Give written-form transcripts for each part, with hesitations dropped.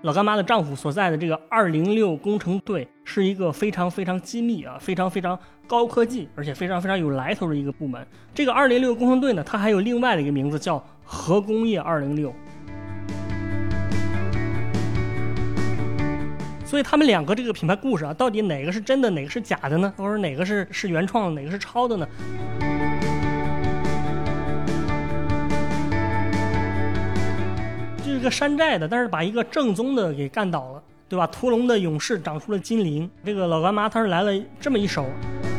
老干妈的丈夫所在的这个206工程队是一个非常非常机密非常非常高科技，而且非常非常有来头的一个部门。这个206工程队呢，它还有另外的一个名字叫核工业206。所以他们两个这个品牌故事到底哪个是真的，哪个是假的呢？或者哪个是原创的，哪个是抄的呢？就是个山寨的，但是把一个正宗的给干倒了，对吧？屠龙的勇士长出了金鳞，这个老干妈他是来了这么一手。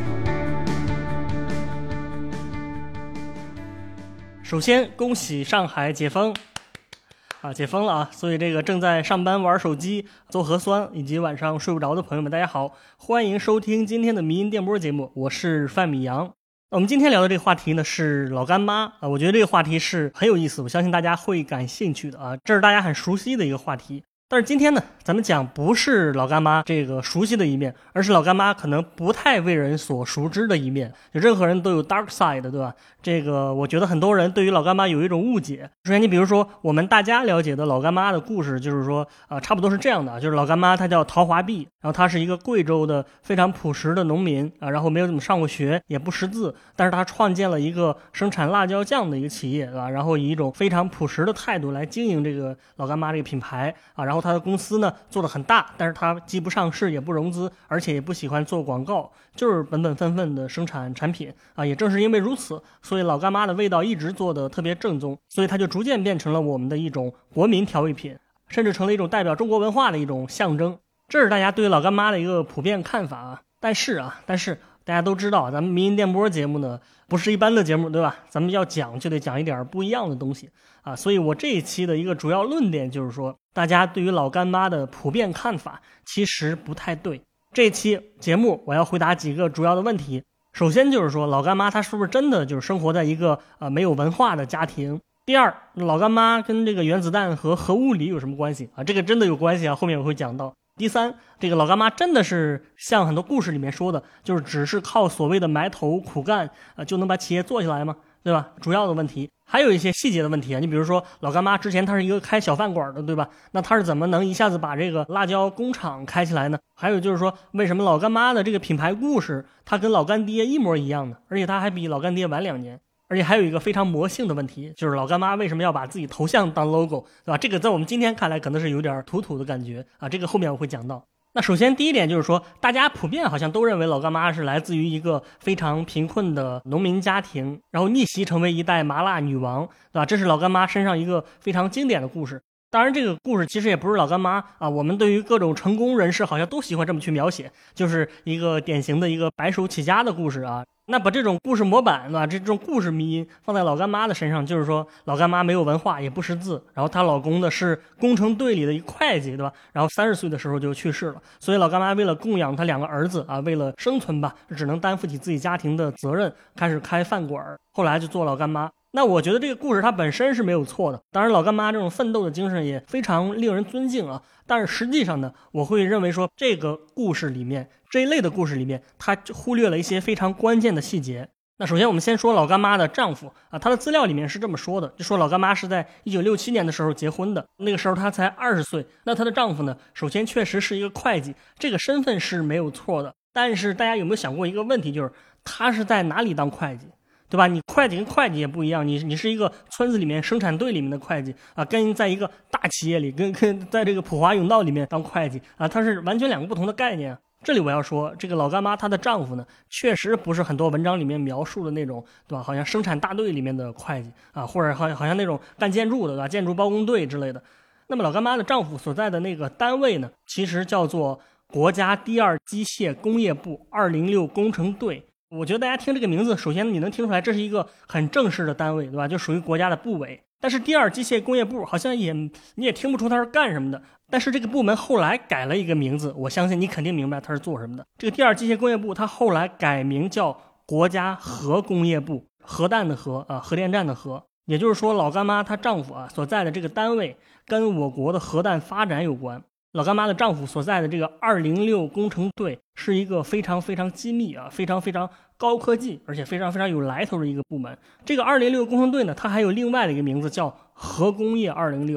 首先恭喜上海解封解封了所以这个正在上班玩手机做核酸以及晚上睡不着的朋友们，大家好，欢迎收听今天的迷音电波节目，我是范米阳。我们今天聊的这个话题呢是老干妈我觉得这个话题是很有意思，我相信大家会感兴趣的这是大家很熟悉的一个话题。但是今天呢，咱们讲不是老干妈这个熟悉的一面，而是老干妈可能不太为人所熟知的一面。就任何人都有 dark side， 对吧？这个我觉得很多人对于老干妈有一种误解。首先你比如说我们大家了解的老干妈的故事，就是说差不多是这样的，就是老干妈她叫陶华碧，然后她是一个贵州的非常朴实的农民然后没有怎么上过学，也不识字，但是她创建了一个生产辣椒酱的一个企业，对吧？然后以一种非常朴实的态度来经营这个老干妈这个品牌然后他的公司呢做得很大，但是他既不上市也不融资，而且也不喜欢做广告，就是本本分分的生产产品也正是因为如此，所以老干妈的味道一直做得特别正宗，所以它就逐渐变成了我们的一种国民调味品，甚至成了一种代表中国文化的一种象征。这是大家对老干妈的一个普遍看法但是大家都知道咱们迷音电波节目呢不是一般的节目，对吧？咱们要讲就得讲一点不一样的东西所以我这一期的一个主要论点就是说，大家对于老干妈的普遍看法其实不太对。这一期节目我要回答几个主要的问题。首先就是说，老干妈它是不是真的就是生活在一个没有文化的家庭？第二，老干妈跟这个原子弹和核物理有什么关系这个真的有关系后面我会讲到。第三，这个老干妈真的是像很多故事里面说的，就是只是靠所谓的埋头苦干就能把企业做起来吗？对吧？主要的问题还有一些细节的问题你比如说老干妈之前他是一个开小饭馆的，对吧？那他是怎么能一下子把这个辣椒工厂开起来呢？还有就是说，为什么老干妈的这个品牌故事它跟老干爹一模一样呢？而且它还比老干爹晚2年。而且还有一个非常魔性的问题，就是老干妈为什么要把自己头像当 logo， 对吧？这个在我们今天看来可能是有点土的感觉这个后面我会讲到。那首先第一点就是说，大家普遍好像都认为老干妈是来自于一个非常贫困的农民家庭，然后逆袭成为一代麻辣女王，对吧？这是老干妈身上一个非常经典的故事。当然这个故事其实也不是老干妈我们对于各种成功人士好像都喜欢这么去描写，就是一个典型的一个白手起家的故事那把这种故事模板这种故事迷因放在老干妈的身上，就是说老干妈没有文化也不识字，然后她老公呢是工程队里的一个会计，对吧？然后30岁的时候就去世了，所以老干妈为了供养她2个儿子为了生存吧，只能担负起自己家庭的责任，开始开饭馆，后来就做老干妈。那我觉得这个故事它本身是没有错的，当然老干妈这种奋斗的精神也非常令人尊敬但是实际上呢，我会认为说这个故事里面这一类的故事里面它忽略了一些非常关键的细节。那首先我们先说老干妈的丈夫他的资料里面是这么说的，就说老干妈是在1967年的时候结婚的，那个时候她才20岁。那她的丈夫呢，首先确实是一个会计，这个身份是没有错的，但是大家有没有想过一个问题，就是他是在哪里当会计？对吧？你会计跟会计也不一样，你是一个村子里面生产队里面的会计跟在一个大企业里跟在这个普华永道里面当会计它是完全2个不同的概念。这里我要说，这个老干妈她的丈夫呢，确实不是很多文章里面描述的那种，对吧？好像生产大队里面的会计或者好像那种干建筑的，对吧？建筑包工队之类的。那么老干妈的丈夫所在的那个单位呢，其实叫做国家第2机械工业部206工程队。我觉得大家听这个名字，首先你能听出来这是一个很正式的单位，对吧？就属于国家的部委。但是第2机械工业部好像你也听不出它是干什么的。但是这个部门后来改了一个名字，我相信你肯定明白它是做什么的。这个第2机械工业部它后来改名叫国家核工业部，核弹的核核电站的核。也就是说老干妈她丈夫所在的这个单位跟我国的核弹发展有关。老干妈的丈夫所在的这个206工程队是一个非常非常机密非常非常高科技，而且非常非常有来头的一个部门。这个206工程队呢，它还有另外的一个名字叫核工业206。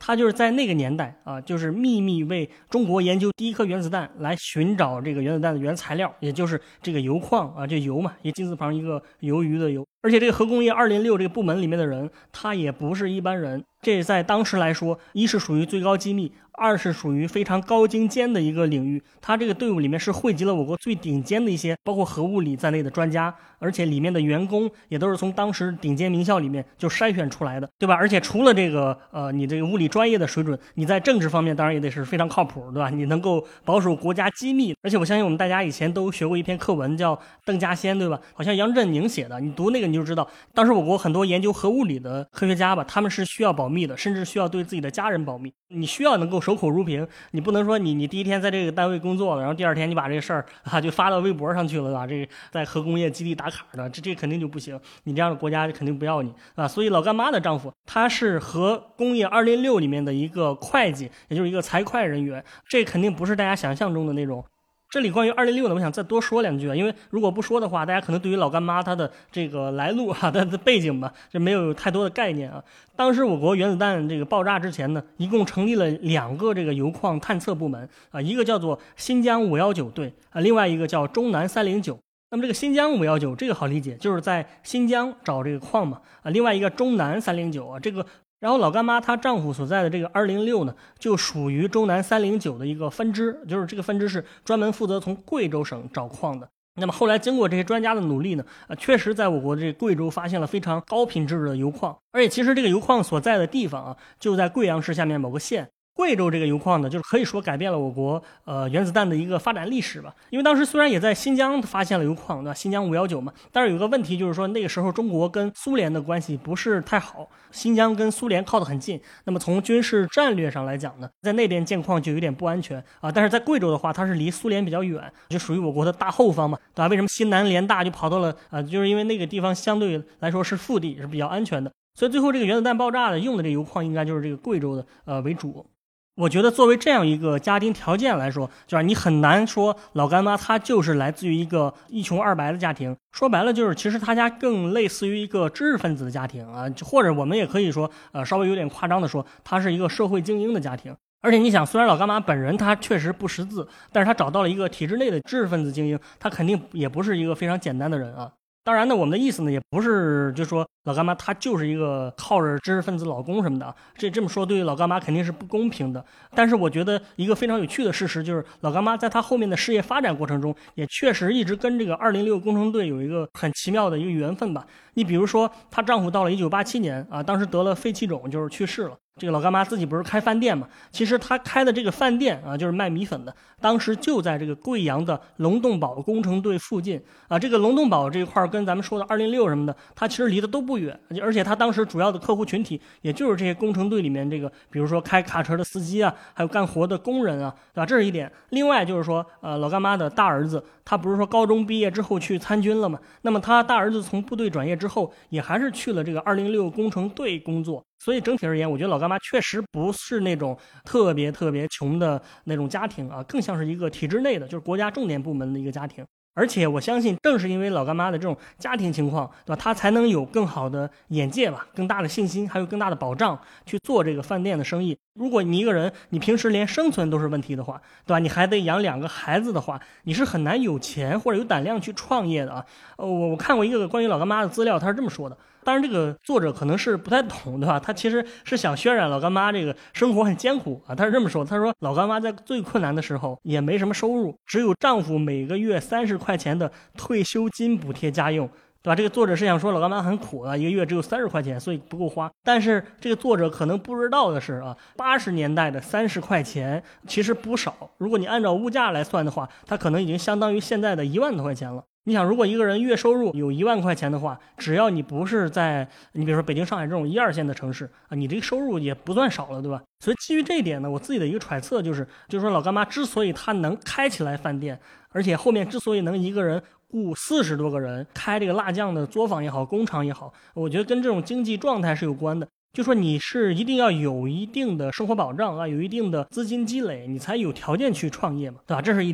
他就是在那个年代啊，就是秘密为中国研究第一颗原子弹来寻找这个原子弹的原材料，也就是这个铀矿啊，这铀嘛，一金字旁一个鱿鱼的鱿。而且这个核工业206这个部门里面的人，他也不是一般人，这在当时来说，一是属于最高机密，二是属于非常高精尖的一个领域。他这个队伍里面是汇集了我国最顶尖的一些，包括核物理在内的专家，而且里面的员工也都是从当时顶尖名校里面就筛选出来的，对吧？而且除了这个你这个物理专业的水准，你在政治方面当然也得是非常靠谱，对吧？你能够保守国家机密，而且我相信我们大家以前都学过一篇课文叫《邓稼先》，对吧？好像杨振宁写的，你读那个你就知道，当时我国很多研究核物理的科学家吧，他们是需要保密的，甚至需要对自己的家人保密。你需要能够守口如瓶，你不能说你第一天在这个单位工作了，然后第二天你把这个事儿就发到微博上去了，对吧？这个在核工业基地打卡的，这肯定就不行，你这样的国家肯定不要你啊。所以老干妈的丈夫他是核工业206里面的一个会计，也就是一个财会人员，这肯定不是大家想象中的那种。这里关于206呢，我想再多说两句啊，因为如果不说的话，大家可能对于老干妈它的这个来路啊，它的背景吧，就没有太多的概念啊。当时我国原子弹这个爆炸之前呢，一共成立了2个这个铀矿探测部门啊，一个叫做新疆519队啊，另外一个叫中南309。那么这个新疆519这个好理解，就是在新疆找这个矿嘛啊，另外一个中南309啊，这个。然后老干妈她丈夫所在的这个206呢，就属于中南309的一个分支，就是这个分支是专门负责从贵州省找矿的。那么后来经过这些专家的努力呢，确实在我国这贵州发现了非常高品质的铀矿，而且其实这个铀矿所在的地方啊，就在贵阳市下面某个县。贵州这个铀矿呢，就是可以说改变了我国原子弹的一个发展历史吧。因为当时虽然也在新疆发现了铀矿，对吧？新疆519嘛，但是有个问题就是说，那个时候中国跟苏联的关系不是太好，新疆跟苏联靠得很近，那么从军事战略上来讲呢，在那边建矿就有点不安全啊。但是在贵州的话，它是离苏联比较远，就属于我国的大后方嘛，对吧？为什么西南联大就跑到了就是因为那个地方相对来说是腹地，是比较安全的。所以最后这个原子弹爆炸的用的这个铀矿应该就是这个贵州的为主。我觉得作为这样一个家庭条件来说，就是你很难说老干妈她就是来自于一个一穷二白的家庭，说白了就是其实他家更类似于一个知识分子的家庭啊，或者我们也可以说稍微有点夸张的说，他是一个社会精英的家庭。而且你想，虽然老干妈本人他确实不识字，但是他找到了一个体制内的知识分子精英，他肯定也不是一个非常简单的人啊。当然呢，我们的意思呢，也不是就说老干妈她就是一个靠着知识分子老公什么的啊，这么说对于老干妈肯定是不公平的。但是我觉得一个非常有趣的事实就是，老干妈在她后面的事业发展过程中，也确实一直跟这个206工程队有一个很奇妙的一个缘分吧。你比如说，她丈夫到了1987年啊，当时得了肺气肿，就是去世了。这个老干妈自己不是开饭店嘛？其实她开的这个饭店啊，就是卖米粉的，当时就在这个贵阳的龙洞堡工程队附近啊。这个龙洞堡这一块跟咱们说的206什么的，它其实离得都不远，而且它当时主要的客户群体，也就是这些工程队里面这个，比如说开卡车的司机啊，还有干活的工人啊，对吧？这是一点。另外就是说，老干妈的大儿子，他不是说高中毕业之后去参军了吗？那么他大儿子从部队转业之后，也还是去了这个206工程队工作。所以整体而言，我觉得老干妈确实不是那种特别穷的那种家庭啊，更像是一个体制内的，就是国家重点部门的一个家庭。而且我相信，正是因为老干妈的这种家庭情况，对吧？她才能有更好的眼界吧，更大的信心，还有更大的保障去做这个饭店的生意。如果你一个人，你平时连生存都是问题的话，对吧？你还得养2个孩子的话，你是很难有钱或者有胆量去创业的啊。我看过一个关于老干妈的资料，他是这么说的。当然，这个作者可能是不太懂，对吧？他其实是想渲染老干妈这个生活很艰苦啊。他是这么说，他说老干妈在最困难的时候也没什么收入，只有丈夫每个月30块钱的退休金补贴家用，对吧？这个作者是想说老干妈很苦啊，一个月只有30块钱，所以不够花。但是这个作者可能不知道的是啊，80年代的30块钱其实不少，如果你按照物价来算的话，它可能已经相当于现在的1万多块钱了。你想，如果一个人月收入有1万块钱的话，只要你不是在你比如说北京、上海这种1、2线的城市啊，你这个收入也不算少了，对吧？所以基于这一点呢，我自己的一个揣测就是说老干妈之所以她能开起来饭店，而且后面之所以能一个人雇40多个人开这个辣酱的作坊也好，工厂也好，我觉得跟这种经济状态是有关的。就说你是一定要有一定的生活保障啊，有一定的资金积累，你才有条件去创业嘛，对吧？这是一点。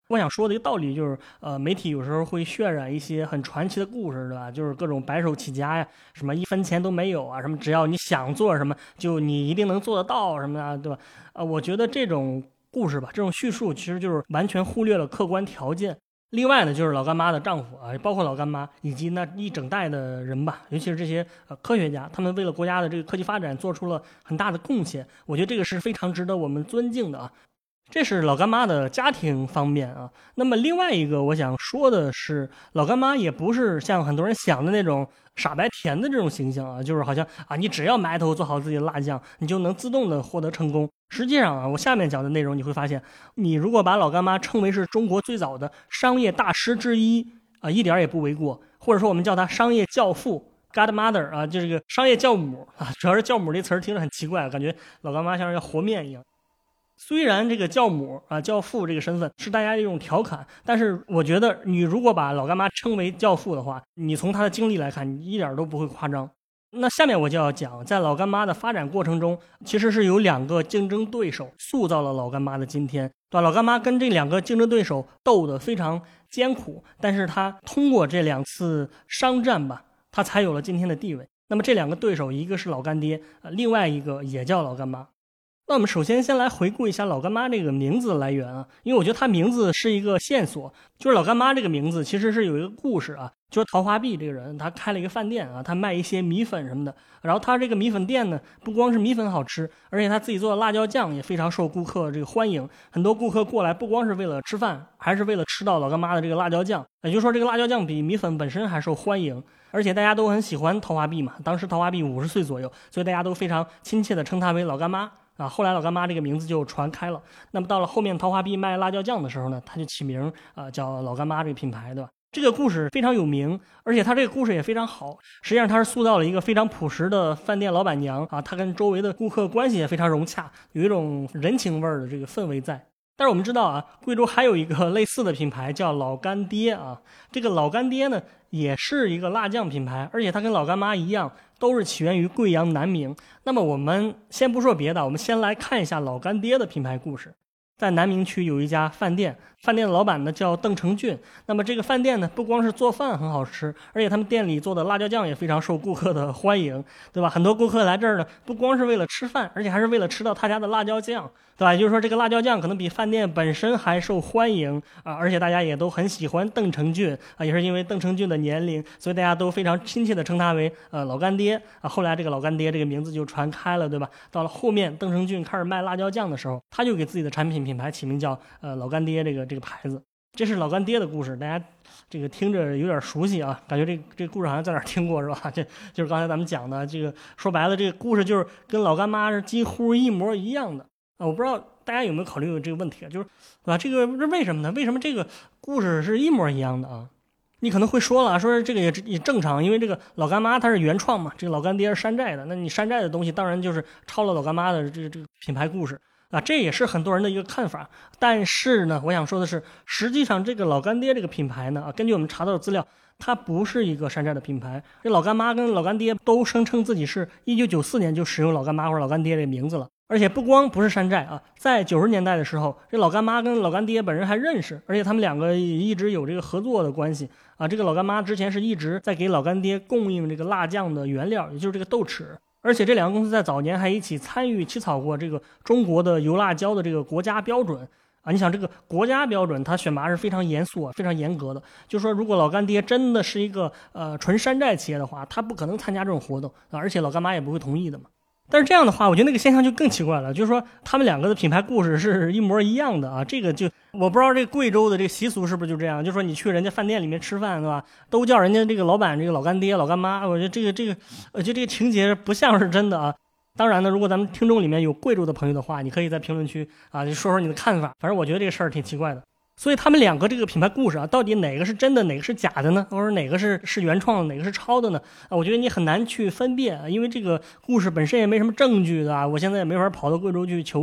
我想说的一个道理就是，媒体有时候会渲染一些很传奇的故事，对吧？就是各种白手起家呀，什么1分钱都没有啊，什么只要你想做什么，就你一定能做得到什么的，对吧？我觉得这种故事吧，这种叙述其实就是完全忽略了客观条件。另外呢，就是老干妈的丈夫啊，包括老干妈以及那一整代的人吧，尤其是这些科学家，他们为了国家的这个科技发展做出了很大的贡献。我觉得这个是非常值得我们尊敬的啊。这是老干妈的家庭方面啊。那么另外一个我想说的是，老干妈也不是像很多人想的那种傻白甜的这种形象啊，就是好像啊，你只要埋头做好自己的辣酱，你就能自动的获得成功。实际上啊，我下面讲的内容你会发现，你如果把老干妈称为是中国最早的商业大师之一啊，一点也不为过。或者说我们叫他商业教父 Godmother 啊，就这个商业教母啊，主要是教母这词儿听着很奇怪，感觉老干妈像是要和面一样。虽然这个教母啊、教父这个身份是大家的一种调侃，但是我觉得你如果把老干妈称为教父的话，你从他的经历来看，你一点都不会夸张。那下面我就要讲，在老干妈的发展过程中，其实是有2个竞争对手塑造了老干妈的今天。对吧？老干妈跟这2个竞争对手斗得非常艰苦，但是他通过这2次商战吧，他才有了今天的地位。那么这2个对手，一个是老干爹，另外一个也叫老干妈。那我们首先来回顾一下老干妈这个名字的来源啊，因为我觉得它名字是一个线索，就是老干妈这个名字其实是有一个故事啊，就是陶华碧这个人他开了一个饭店啊，他卖一些米粉什么的，然后他这个米粉店呢，不光是米粉好吃，而且他自己做的辣椒酱也非常受顾客这个欢迎，很多顾客过来不光是为了吃饭，还是为了吃到老干妈的这个辣椒酱，也就是说这个辣椒酱比米粉本身还受欢迎。而且大家都很喜欢陶华碧嘛，当时陶华碧50岁左右，所以大家都非常亲切的称她为老干妈啊。后来老干妈这个名字就传开了。那么到了后面陶华碧卖辣椒酱的时候呢，他就起名叫老干妈这个品牌，对吧？这个故事非常有名，而且他这个故事也非常好。实际上他是塑造了一个非常朴实的饭店老板娘啊，她跟周围的顾客关系也非常融洽，有一种人情味儿的这个氛围在。但是我们知道啊，贵州还有一个类似的品牌叫老干爹啊。这个老干爹呢，也是一个辣酱品牌，而且它跟老干妈一样，都是起源于贵阳南明。那么我们先不说别的，我们先来看一下老干爹的品牌故事。在南明区有一家饭店，饭店的老板呢叫邓成俊。那么这个饭店呢，不光是做饭很好吃，而且他们店里做的辣椒酱也非常受顾客的欢迎，对吧？很多顾客来这儿呢，不光是为了吃饭，而且还是为了吃到他家的辣椒酱，对吧？也就是说，这个辣椒酱可能比饭店本身还受欢迎啊，而且大家也都很喜欢邓成俊啊，也是因为邓成俊的年龄，所以大家都非常亲切的称他为老干爹啊。后来这个老干爹这个名字就传开了，对吧？到了后面，邓成俊开始卖辣椒酱的时候，他就给自己的产品品牌起名叫老干爹这个牌子。这是老干爹的故事，大家这个听着有点熟悉啊，感觉这故事好像在哪儿听过是吧？这就是刚才咱们讲的这个，说白了这个故事就是跟老干妈是几乎一模一样的啊。我不知道大家有没有考虑这个问题啊，就是对吧？这个是为什么呢？为什么这个故事是一模一样的啊？你可能会说了，说这个也正常，因为这个老干妈它是原创嘛，这个老干爹是山寨的，那你山寨的东西当然就是抄了老干妈的这个品牌故事啊，这也是很多人的一个看法。但是呢，我想说的是，实际上这个老干爹这个品牌呢，根据我们查到的资料，它不是一个山寨的品牌。这老干妈跟老干爹都声称自己是1994年就使用老干妈或者老干爹这个名字了。而且不光不是山寨啊，在90年代的时候，这老干妈跟老干爹本人还认识，而且他们2个一直有这个合作的关系啊。这个老干妈之前是一直在给老干爹供应这个辣酱的原料，也就是这个豆豉。而且这2个公司在早年还一起参与起草过这个中国的油辣椒的这个国家标准啊。你想这个国家标准，它选拔是非常严肃啊，非常严格的。就是说，如果老干爹真的是一个纯山寨企业的话，他不可能参加这种活动啊，而且老干妈也不会同意的嘛。但是这样的话，我觉得那个现象就更奇怪了，就是说他们2个的品牌故事是一模一样的啊。这个就我不知道这贵州的这个习俗是不是就这样，就是说你去人家饭店里面吃饭，对吧？都叫人家这个老板这个老干爹、老干妈，我觉得这个情节不像是真的啊。当然呢，如果咱们听众里面有贵州的朋友的话，你可以在评论区啊就说说你的看法。反正我觉得这个事儿挺奇怪的。所以他们2个这个品牌故事啊，到底哪个是真的，哪个是假的呢？或者哪个是原创的，哪个是抄的呢？啊，我觉得你很难去分辨，因为这个故事本身也没什么证据的啊，我现在也没法跑到贵州去求证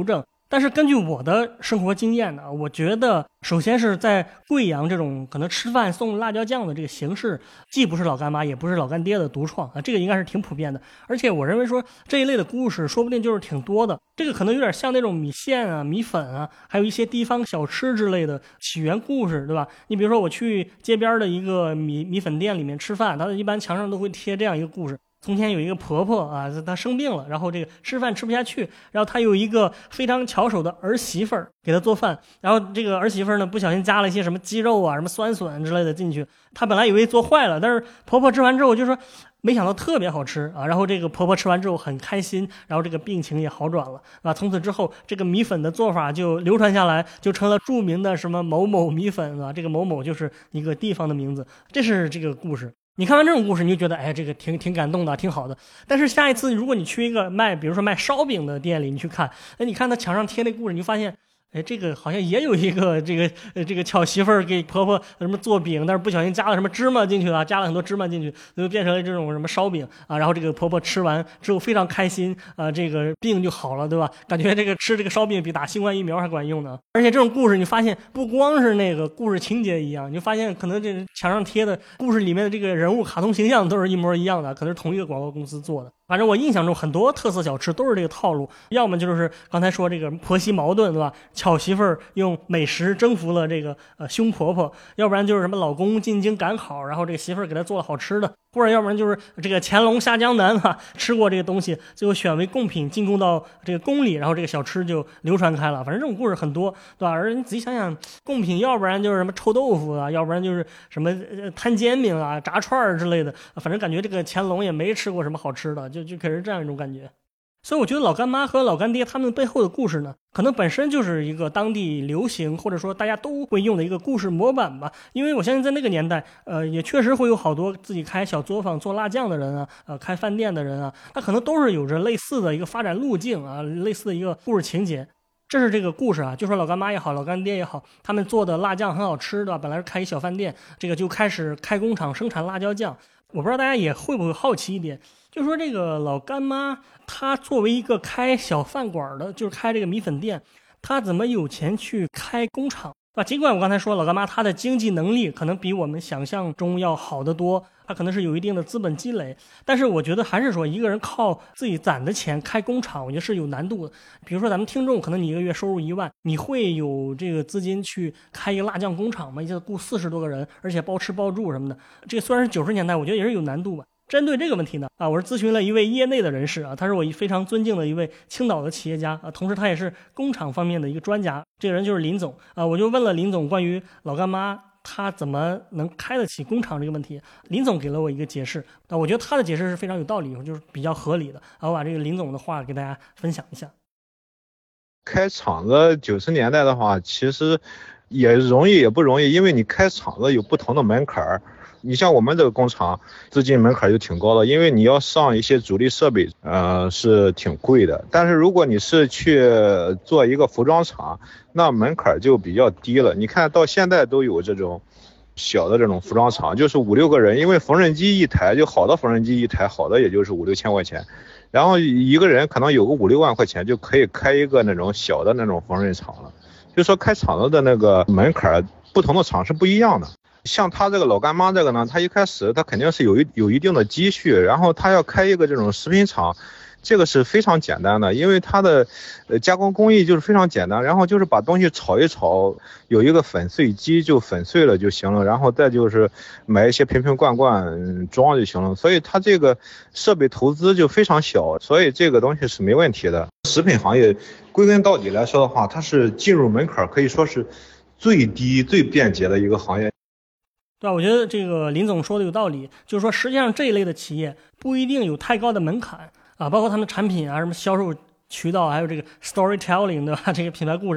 但是根据我的生活经验呢，我觉得首先是在贵阳这种可能吃饭送辣椒酱的这个形式，既不是老干妈也不是老干爹的独创啊，这个应该是挺普遍的。而且我认为说这一类的故事说不定就是挺多的，这个可能有点像那种米线啊、米粉啊，还有一些地方小吃之类的起源故事，对吧？你比如说我去街边的一个米粉店里面吃饭，它一般墙上都会贴这样一个故事。从前有一个婆婆啊，她生病了，然后这个吃饭吃不下去，然后她有一个非常巧手的儿媳妇儿给她做饭，然后这个儿媳妇儿呢不小心加了一些什么鸡肉啊、什么酸笋之类的进去，她本来以为做坏了，但是婆婆吃完之后就说没想到特别好吃啊，然后这个婆婆吃完之后很开心，然后这个病情也好转了啊，从此之后这个米粉的做法就流传下来，就成了著名的什么某某米粉啊，这个某某就是一个地方的名字，这是这个故事。你看完这种故事，你就觉得，哎，这个挺感动的，挺好的。但是下一次，如果你去一个比如说卖烧饼的店里，你去看，哎，你看他墙上贴那故事，你就发现，哎，这个好像也有一个这个巧媳妇儿给婆婆什么做饼，但是不小心加了什么芝麻进去了，加了很多芝麻进去，就变成了这种什么烧饼啊。然后这个婆婆吃完之后非常开心啊，这个病就好了，对吧？感觉这个吃这个烧饼比打新冠疫苗还管用呢。而且这种故事，你发现不光是那个故事情节一样，你就发现可能这墙上贴的故事里面的这个人物卡通形象都是一模一样的，可能是同一个广告公司做的。反正我印象中很多特色小吃都是这个套路，要么就是刚才说这个婆媳矛盾，对吧？巧媳妇儿用美食征服了这个凶婆婆，要不然就是什么老公进京赶考，然后这个媳妇儿给他做了好吃的，或者要不然就是这个乾隆下江南啊，吃过这个东西，最后选为贡品进贡到这个宫里，然后这个小吃就流传开了。反正这种故事很多，对吧？而你仔细想想，贡品要不然就是什么臭豆腐啊，要不然就是什么摊煎饼啊、炸串之类的，反正感觉这个乾隆也没吃过什么好吃的，就可是这样一种感觉。所以我觉得老干妈和老干爹他们背后的故事呢，可能本身就是一个当地流行或者说大家都会用的一个故事模板吧。因为我相信在那个年代，也确实会有好多自己开小作坊做辣酱的人啊，开饭店的人啊，他可能都是有着类似的一个发展路径啊，类似的一个故事情节。这是这个故事啊，就说老干妈也好，老干爹也好，他们做的辣酱很好吃的，本来是开一小饭店，这个就开始开工厂生产辣椒酱。我不知道大家也会不会好奇一点，就说这个老干妈，她作为一个开小饭馆的，就是开这个米粉店，她怎么有钱去开工厂？啊，尽管我刚才说老干妈她的经济能力可能比我们想象中要好得多，她可能是有一定的资本积累，但是我觉得还是说一个人靠自己攒的钱开工厂，我觉得是有难度的。比如说咱们听众可能你一个月收入1万，你会有这个资金去开一个辣酱工厂吗？一下雇40多个人，而且包吃包住什么的，这个虽然是90年代，我觉得也是有难度吧。针对这个问题呢，我是咨询了一位业内的人士啊，他是我非常尊敬的一位青岛的企业家啊，同时他也是工厂方面的一个专家。这个人就是林总啊，我就问了林总关于老干妈他怎么能开得起工厂这个问题，林总给了我一个解释，我觉得他的解释是非常有道理，就是比较合理的。我把这个林总的话给大家分享一下。 开厂子90年代的话，其实也容易也不容易，因为你开厂子有不同的门槛儿。你像我们这个工厂，资金门槛就挺高的，因为你要上一些主力设备，是挺贵的。但是如果你是去做一个服装厂，那门槛就比较低了。你看到现在都有这种小的这种服装厂，就是5、6个人，因为缝纫机一台，就好的缝纫机一台，好的也就是5、6千块钱，然后一个人可能有个5、6万块钱就可以开一个那种小的那种缝纫厂了。就说开厂子的那个门槛，不同的厂是不一样的。像他这个老干妈这个呢，他一开始他肯定是有一定的积蓄，然后他要开一个这种食品厂，这个是非常简单的，因为它的加工工艺就是非常简单，然后就是把东西炒一炒，有一个粉碎机就粉碎了就行了，然后再就是买一些瓶瓶罐罐装就行了，所以它这个设备投资就非常小，所以这个东西是没问题的。食品行业归根到底来说的话，它是进入门槛可以说是最低最便捷的一个行业。 对吧？我觉得这个林总说的有道理，就是说实际上这一类的企业不一定有太高的门槛啊，包括他们的产品啊，什么销售渠道，还有这个 storytelling， 对吧？这个品牌故事，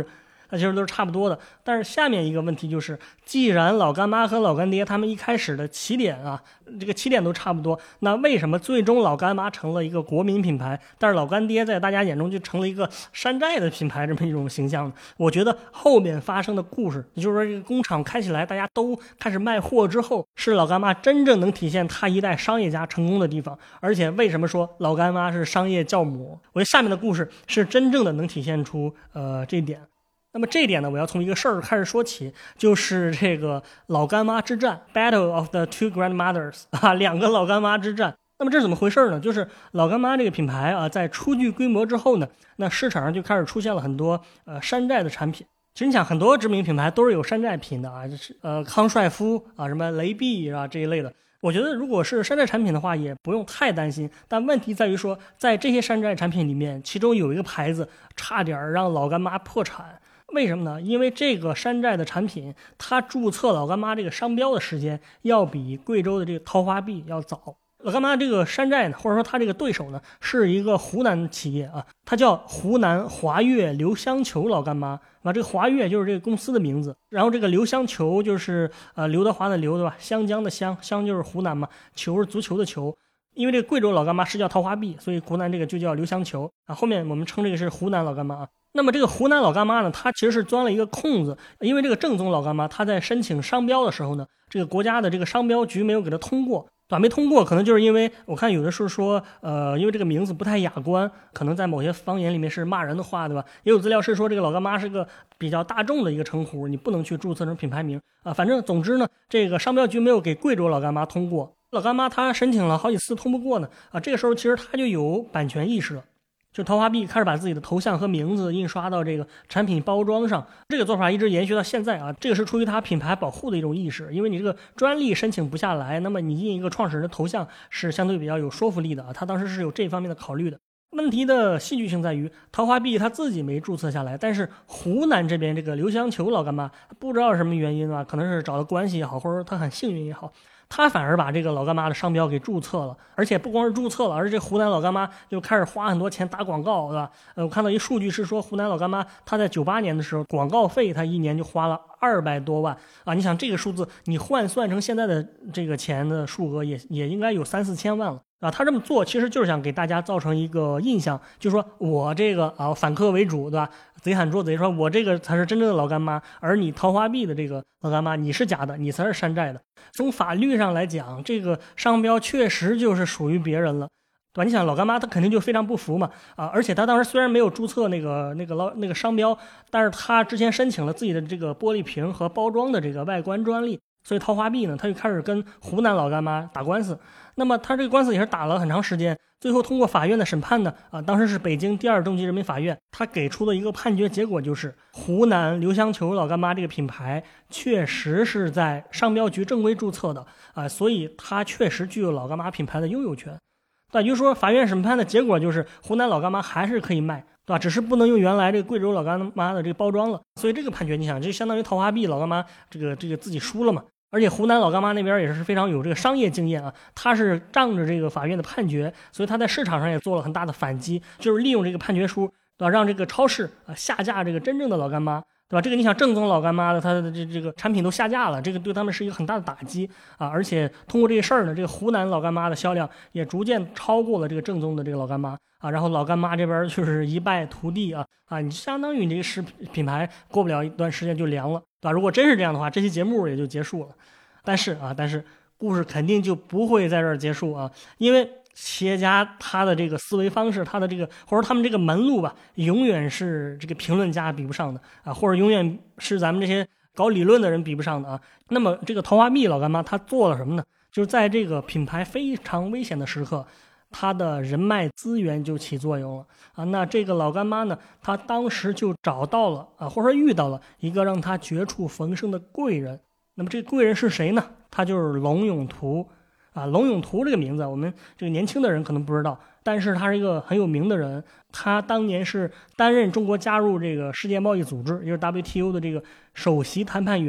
那其实都是差不多的。但是下面一个问题就是，既然老干妈和老干爹他们一开始的起点啊，这个起点都差不多，那为什么最终老干妈成了一个国民品牌，但是老干爹在大家眼中就成了一个山寨的品牌这么一种形象呢？我觉得后面发生的故事，也就是说这个工厂开起来，大家都开始卖货之后，是老干妈真正能体现他一代商业家成功的地方。而且为什么说老干妈是商业教母？我觉得下面的故事是真正的能体现出这一点。那么这一点呢，我要从一个事儿开始说起，就是这个老干妈之战 Battle of the Two Grandmothers 啊，两个老干妈之战。那么这是怎么回事呢？就是老干妈这个品牌啊，在初具规模之后呢，那市场上就开始出现了很多山寨的产品。其实你想，很多知名品牌都是有山寨品的啊，就是康帅夫啊，什么雷碧啊这一类的。我觉得如果是山寨产品的话，也不用太担心。但问题在于说，在这些山寨产品里面，其中有一个牌子差点让老干妈破产。为什么呢？因为这个山寨的产品，它注册老干妈这个商标的时间要比贵州的这个桃花碧要早。老干妈这个山寨呢，或者说它这个对手呢，是一个湖南企业啊，它叫湖南华悦刘香球老干妈啊，这个华悦就是这个公司的名字，然后这个刘香球就是刘德华的刘对吧？湘江的湘，湘就是湖南嘛，球是足球的球。因为这个贵州老干妈是叫桃花碧，所以湖南这个就叫刘香球啊。后面我们称这个是湖南老干妈啊。那么这个湖南老干妈呢，它其实是钻了一个空子，因为这个正宗老干妈，它在申请商标的时候呢，这个国家的这个商标局没有给它通过。没通过，可能就是因为我看有的是说，因为这个名字不太雅观，可能在某些方言里面是骂人的话，对吧？也有资料是说这个老干妈是个比较大众的一个称呼，你不能去注册成品牌名啊。反正总之呢，这个商标局没有给贵州老干妈通过，老干妈他申请了好几次通不过呢啊。这个时候其实他就有版权意识了。就桃花碧开始把自己的头像和名字印刷到这个产品包装上，这个做法一直延续到现在啊。这个是出于他品牌保护的一种意识，因为你这个专利申请不下来，那么你印一个创始人的头像是相对比较有说服力的啊。他当时是有这方面的考虑的。问题的戏剧性在于，桃花碧他自己没注册下来，但是湖南这边这个刘香球老干妈不知道什么原因啊，可能是找到关系也好，或者说他很幸运也好，他反而把这个老干妈的商标给注册了，而且不光是注册了，而且这湖南老干妈就开始花很多钱打广告，对吧？我看到一数据是说，湖南老干妈它在98年的时候，广告费它一年就花了200多万啊！你想这个数字，你换算成现在的这个钱的数额也应该有3-4千万了。啊，他这么做其实就是想给大家造成一个印象，就是说我这个啊反客为主，对吧？贼喊捉贼，说我这个才是真正的老干妈，而你桃花碧的这个老干妈你是假的，你才是山寨的。从法律上来讲，这个商标确实就是属于别人了，对吧？你想老干妈他肯定就非常不服嘛，啊，而且他当时虽然没有注册那个商标，但是他之前申请了自己的这个玻璃瓶和包装的这个外观专利。所以桃花碧呢，他就开始跟湖南老干妈打官司。那么他这个官司也是打了很长时间，最后通过法院的审判呢，当时是北京第2中级人民法院，他给出的一个判决结果就是，湖南刘香球老干妈这个品牌确实是在商标局正规注册的所以它确实具有老干妈品牌的拥有权。也就是说，法院审判的结果就是湖南老干妈还是可以卖，对吧？只是不能用原来这个贵州老干妈的这个包装了。所以这个判决，你想，就相当于桃花碧老干妈这个自己输了嘛。而且湖南老干妈那边也是非常有这个商业经验啊，他是仗着这个法院的判决，所以他在市场上也做了很大的反击，就是利用这个判决书，对吧？让这个超市下架这个真正的老干妈，对吧？这个你想正宗老干妈的，它的这个产品都下架了，这个对他们是一个很大的打击而且通过这个事儿呢，这个湖南老干妈的销量也逐渐超过了这个正宗的这个老干妈然后老干妈这边就是一败涂地你相当于你这个品牌过不了一段时间就凉了，对吧？如果真是这样的话，这期节目也就结束了。但是故事肯定就不会在这儿结束因为企业家他的这个思维方式，他的这个或者他们这个门路吧，永远是这个评论家比不上的或者永远是咱们这些搞理论的人比不上的那么这个桃花碧老干妈他做了什么呢？就是在这个品牌非常危险的时刻，他的人脉资源就起作用了那这个老干妈呢，他当时就找到了或者说遇到了一个让他绝处逢生的贵人。那么这个贵人是谁呢？他就是龙永图龙永图这个名字我们这个年轻的人可能不知道，但是他是一个很有名的人。他当年是担任中国加入这个世界贸易组织，也就是 WTO 的这个首席谈判员。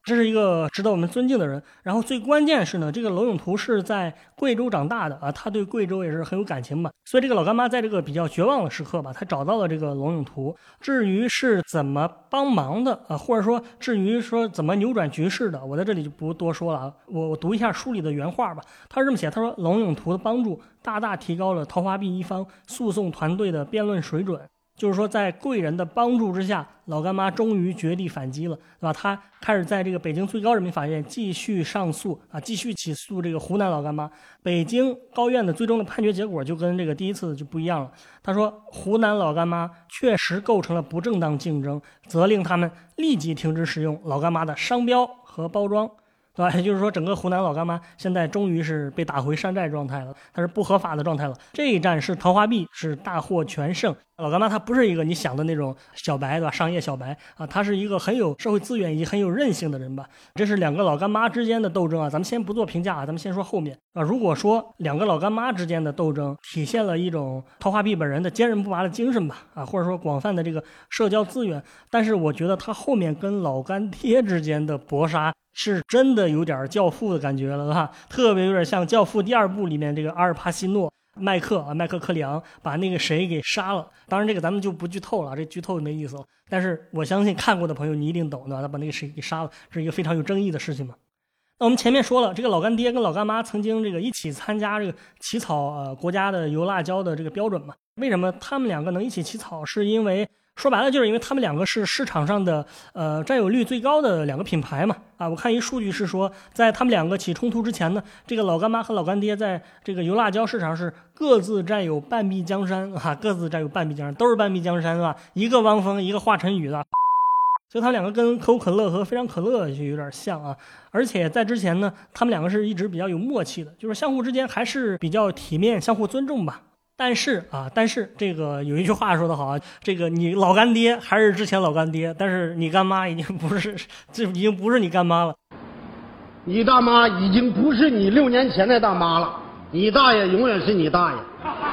这是一个值得我们尊敬的人。然后最关键是呢，这个娄永图是在贵州长大的啊，他对贵州也是很有感情吧。所以这个老干妈在这个比较绝望的时刻吧，他找到了这个娄永图。至于是怎么帮忙的啊，或者说至于说怎么扭转局势的，我在这里就不多说了啊。我读一下书里的原话吧。他是这么写，他说娄永图的帮助大大提高了桃花壁一方诉讼团队的辩论水准。就是说，在贵人的帮助之下，老干妈终于绝地反击了，对吧？他开始在这个北京最高人民法院继续上诉啊，继续起诉这个湖南老干妈。北京高院的最终的判决结果就跟这个第一次就不一样了。他说，湖南老干妈确实构成了不正当竞争，责令他们立即停止使用老干妈的商标和包装。对吧？也就是说，整个湖南老干妈现在终于是被打回山寨状态了，它是不合法的状态了。这一战是桃花壁，是大获全胜。老干妈它不是一个你想的那种小白，对吧？商业小白啊，他是一个很有社会资源以及很有韧性的人吧。这是两个老干妈之间的斗争啊，咱们先不做评价啊，咱们先说后面啊。如果说两个老干妈之间的斗争体现了一种桃花壁本人的坚韧不拔的精神吧，啊，或者说广泛的这个社交资源，但是我觉得他后面跟老干爹之间的搏杀是真的有点教父的感觉了哈，特别有点像教父第2部里面这个阿尔帕西诺麦克克里昂把那个谁给杀了。当然这个咱们就不剧透了，这剧透没意思了，但是我相信看过的朋友你一定懂的，他把那个谁给杀了，这是一个非常有争议的事情嘛。那我们前面说了，这个老干爹跟老干妈曾经这个一起参加这个起草国家的油辣椒的这个标准嘛。为什么他们两个能一起起草？是因为说白了就是因为他们两个是市场上的占有率最高的两个品牌嘛。啊，我看一数据是说，在他们两个起冲突之前呢，这个老干妈和老干爹在这个油辣椒市场是各自占有半壁江山啊，各自占有半壁江山，都是半壁江山是吧？一个汪峰，一个华晨宇的。所以他们两个跟可口可乐和非常可乐就有点像啊，而且在之前呢，他们两个是一直比较有默契的，就是相互之间还是比较体面、相互尊重吧。但是这个有一句话说得好啊，这个你老干爹还是之前老干爹，但是你干妈已经不是，这已经不是你干妈了。 你大妈已经不是你6年前的大妈了，你大爷永远是你大爷。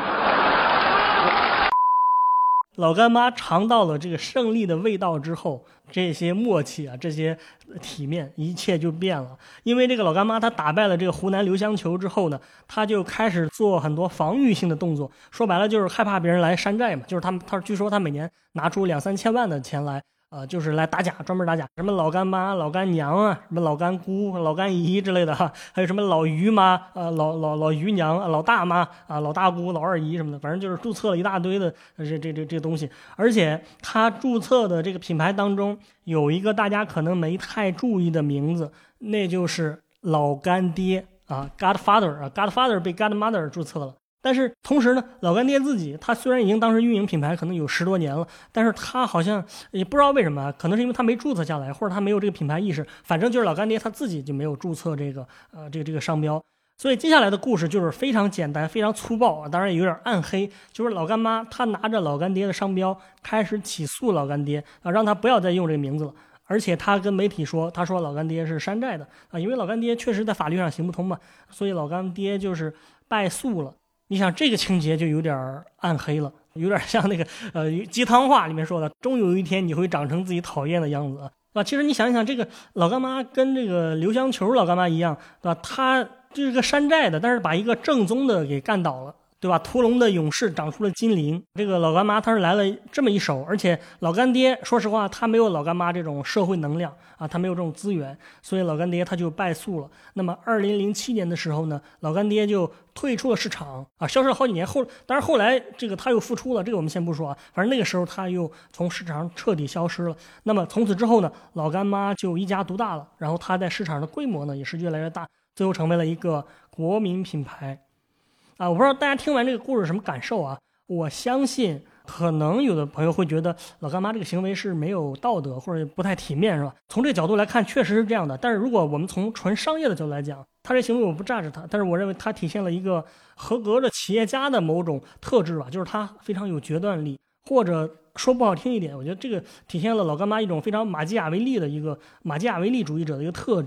老干妈尝到了这个胜利的味道之后，这些默契啊，这些体面，一切就变了。因为这个老干妈她打败了这个湖南刘香球之后呢，她就开始做很多防御性的动作，说白了就是害怕别人来山寨嘛。就是他据说他每年拿出2-3千万的钱来，就是来打假，专门打假，什么老干妈、老干娘啊，什么老干姑、老干姨之类的哈，还有什么老姨妈老姨娘、老大妈啊、老大姑、老二姨什么的，反正就是注册了一大堆的这东西。而且他注册的这个品牌当中有一个大家可能没太注意的名字，那就是老干爹啊 ，Godfather 啊 ，Godfather 被 Godmother 注册了。但是同时呢，老干爹自己他虽然已经当时运营品牌可能有10多年了，但是他好像也不知道为什么，可能是因为他没注册下来，或者他没有这个品牌意识，反正就是老干爹他自己就没有注册这个商标。所以接下来的故事就是非常简单，非常粗暴啊，当然也有点暗黑，就是老干妈他拿着老干爹的商标开始起诉老干爹啊，让他不要再用这个名字了。而且他跟媒体说，他说老干爹是山寨的啊，因为老干爹确实在法律上行不通嘛，所以老干爹就是败诉了。你想这个情节就有点暗黑了，有点像那个鸡汤话里面说的，终有一天你会长成自己讨厌的样子啊。其实你想一想，这个老干妈跟这个刘香球老干妈一样，对吧？他就是个山寨的，但是把一个正宗的给干倒了，对吧？屠龙的勇士长出了金鳞，这个老干妈他是来了这么一手，而且老干爹说实话他没有老干妈这种社会能量啊，他没有这种资源，所以老干爹他就败诉了。那么2007年的时候呢，老干爹就退出了市场啊，消失了好几年。当然后来这个他又复出了，这个我们先不说啊，反正那个时候他又从市场上彻底消失了。那么从此之后呢，老干妈就一家独大了，然后他在市场的规模呢也是越来越大，最后成为了一个国民品牌。我不知道大家听完这个故事什么感受啊？我相信可能有的朋友会觉得老干妈这个行为是没有道德或者不太体面，是吧？从这个角度来看确实是这样的，但是如果我们从纯商业的角度来讲，他这行为我不炸着他，但是我认为他体现了一个合格的企业家的某种特质吧，就是他非常有决断力，或者说不好听一点，我觉得这个体现了老干妈一种非常马基雅维利主义者的一个特质。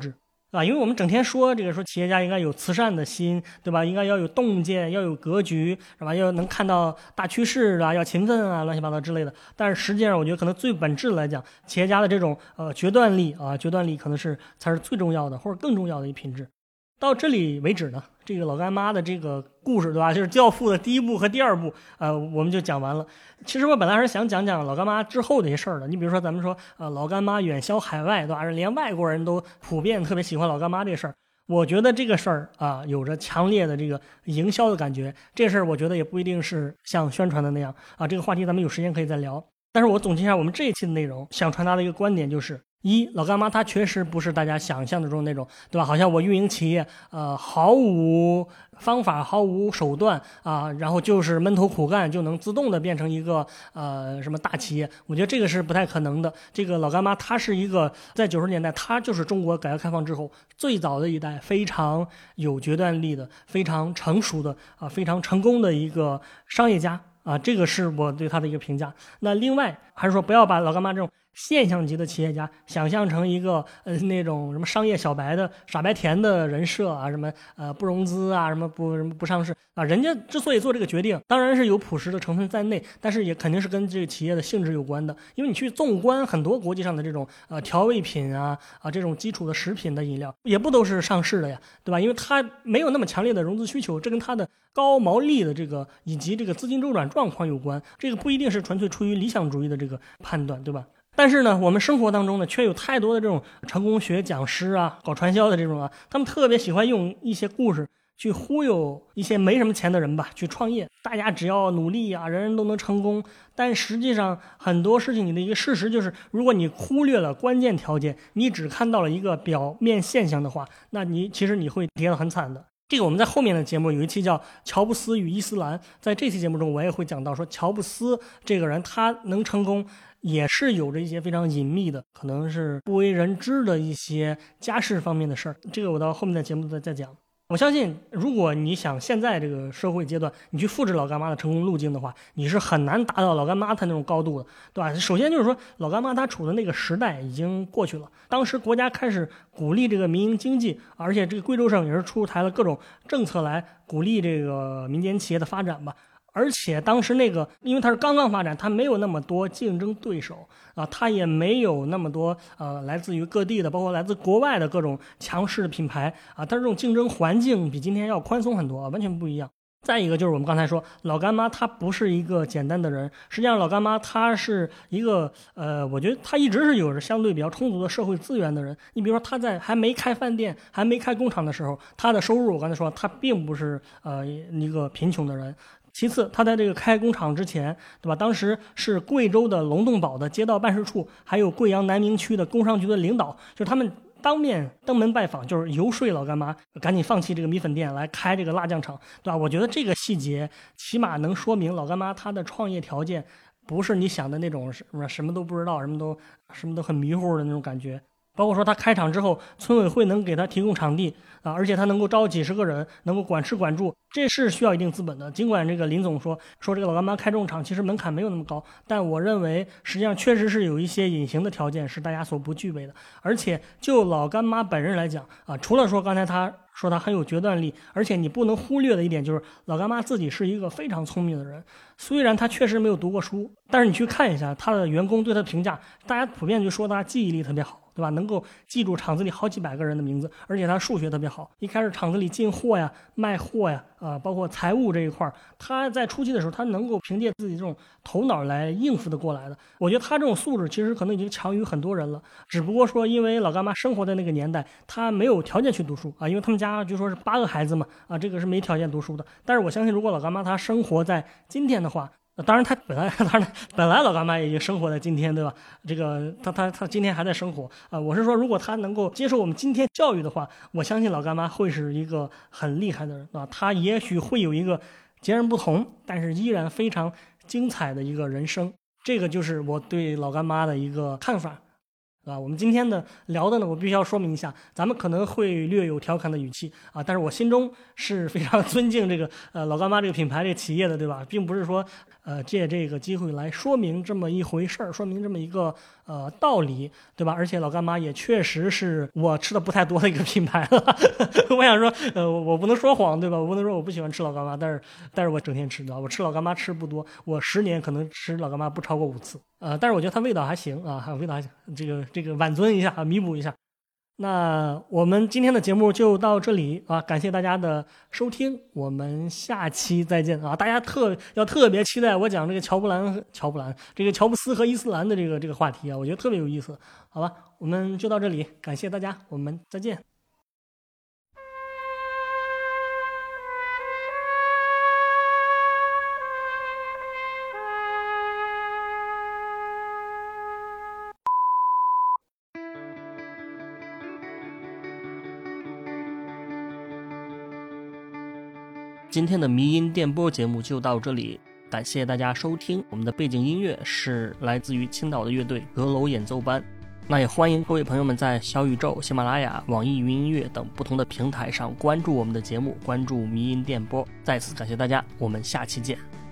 因为我们整天说这个说企业家应该有慈善的心，对吧？应该要有洞见，要有格局，是吧？要能看到大趋势啊，要勤奋啊，乱七八糟之类的。但是实际上，我觉得可能最本质来讲，企业家的这种决断力决断力可能才是最重要的，或者更重要的一品质。到这里为止呢，这个老干妈的这个故事，对吧？就是《教父》的第1部和第2部，我们就讲完了。其实我本来是想讲讲老干妈之后的一些事儿的。你比如说，咱们说，老干妈远销海外，对吧？连外国人都普遍特别喜欢老干妈这事儿。我觉得这个事儿有着强烈的这个营销的感觉。这事儿我觉得也不一定是像宣传的那样这个话题咱们有时间可以再聊。但是我总结一下我们这一期的内容，想传达的一个观点就是。老干妈它确实不是大家想象的中那种，对吧？好像我运营企业，毫无方法、毫无手段然后就是闷头苦干就能自动的变成一个什么大企业。我觉得这个是不太可能的。这个老干妈它是一个在90年代，它就是中国改革开放之后最早的一代非常有决断力的、非常成熟的非常成功的一个商业家这个是我对他的一个评价。那另外还是说，不要把老干妈这种现象级的企业家想象成一个那种什么商业小白的傻白甜的人设什么不融资什么不上市人家之所以做这个决定，当然是有朴实的成分在内，但是也肯定是跟这个企业的性质有关的。因为你去纵观很多国际上的这种调味品这种基础的食品的饮料，也不都是上市的呀，对吧？因为它没有那么强烈的融资需求，这跟它的高毛利的这个以及这个资金周转状况有关。这个不一定是纯粹出于理想主义的这个判断，对吧？但是呢，我们生活当中呢，却有太多的这种成功学讲师搞传销的这种他们特别喜欢用一些故事去忽悠一些没什么钱的人吧，去创业。大家只要努力人人都能成功。但实际上很多事情你的一个事实就是，如果你忽略了关键条件，你只看到了一个表面现象的话，那其实你会跌得很惨的。这个我们在后面的节目有一期叫乔布斯与伊斯兰，在这期节目中我也会讲到说，乔布斯这个人他能成功也是有着一些非常隐秘的，可能是不为人知的一些家世方面的事儿。这个我到后面的节目再讲。我相信如果你想现在这个社会阶段你去复制老干妈的成功路径的话，你是很难达到老干妈它那种高度的，对吧？首先就是说，老干妈它处的那个时代已经过去了，当时国家开始鼓励这个民营经济，而且这个贵州省也是出台了各种政策来鼓励这个民间企业的发展吧。而且当时那个，因为它是刚刚发展，它没有那么多竞争对手它也没有那么多来自于各地的，包括来自国外的各种强势的品牌它这种竞争环境比今天要宽松很多完全不一样。再一个就是我们刚才说，老干妈它不是一个简单的人，实际上老干妈它是一个我觉得它一直是有着相对比较充足的社会资源的人。你比如说他在还没开饭店还没开工厂的时候，他的收入我刚才说他并不是一个贫穷的人。其次，他在这个开工厂之前，对吧？当时是贵州的龙洞堡的街道办事处，还有贵阳南明区的工商局的领导，就是他们当面登门拜访，就是游说老干妈赶紧放弃这个米粉店来开这个辣酱厂，对吧？我觉得这个细节起码能说明老干妈它的创业条件不是你想的那种什么都不知道，什么都很迷糊的那种感觉。包括说他开厂之后，村委会能给他提供场地而且他能够招几十个人，能够管吃管住，这是需要一定资本的。尽管这个林总说这个老干妈开这种厂其实门槛没有那么高，但我认为实际上确实是有一些隐形的条件是大家所不具备的。而且就老干妈本人来讲除了说刚才他说他很有决断力，而且你不能忽略的一点就是老干妈自己是一个非常聪明的人。虽然他确实没有读过书，但是你去看一下他的员工对他的评价，大家普遍就说他记忆力特别好，对吧？能够记住厂子里好几百个人的名字，而且他数学特别好。一开始厂子里进货呀、卖货呀包括财务这一块，他在初期的时候他能够凭借自己这种头脑来应付的过来的。我觉得他这种素质其实可能已经强于很多人了，只不过说因为老干妈生活在那个年代，他没有条件去读书因为他们家据说是8个孩子嘛这个是没条件读书的。但是我相信如果老干妈他生活在今天的话，当然他本来老干妈也生活在今天，对吧？这个他今天还在生活我是说如果他能够接受我们今天教育的话，我相信老干妈会是一个很厉害的人他也许会有一个截然不同但是依然非常精彩的一个人生。这个就是我对老干妈的一个看法啊，我们今天的聊的呢，我必须要说明一下，咱们可能会略有调侃的语气啊，但是我心中是非常尊敬这个老干妈这个品牌这个企业的，对吧？并不是说借这个机会来说明这么一回事儿，说明这么一个道理，对吧？而且老干妈也确实是我吃的不太多的一个品牌了。我想说，我不能说谎，对吧？我不能说我不喜欢吃老干妈，但是我整天吃的，我吃老干妈吃不多，我10年可能吃老干妈不超过5次。但是我觉得它味道还行啊，味道还行，这个挽尊一下啊，弥补一下。那我们今天的节目就到这里啊，感谢大家的收听，我们下期再见啊！大家要特别期待我讲这个乔布斯和伊斯兰的这个话题啊，我觉得特别有意思，好吧？我们就到这里，感谢大家，我们再见。今天的迷音电波节目就到这里，感谢大家收听。我们的背景音乐是来自于青岛的乐队阁楼演奏班。那也欢迎各位朋友们在小宇宙、喜马拉雅、网易云音乐等不同的平台上关注我们的节目，关注迷音电波。再次感谢大家，我们下期见。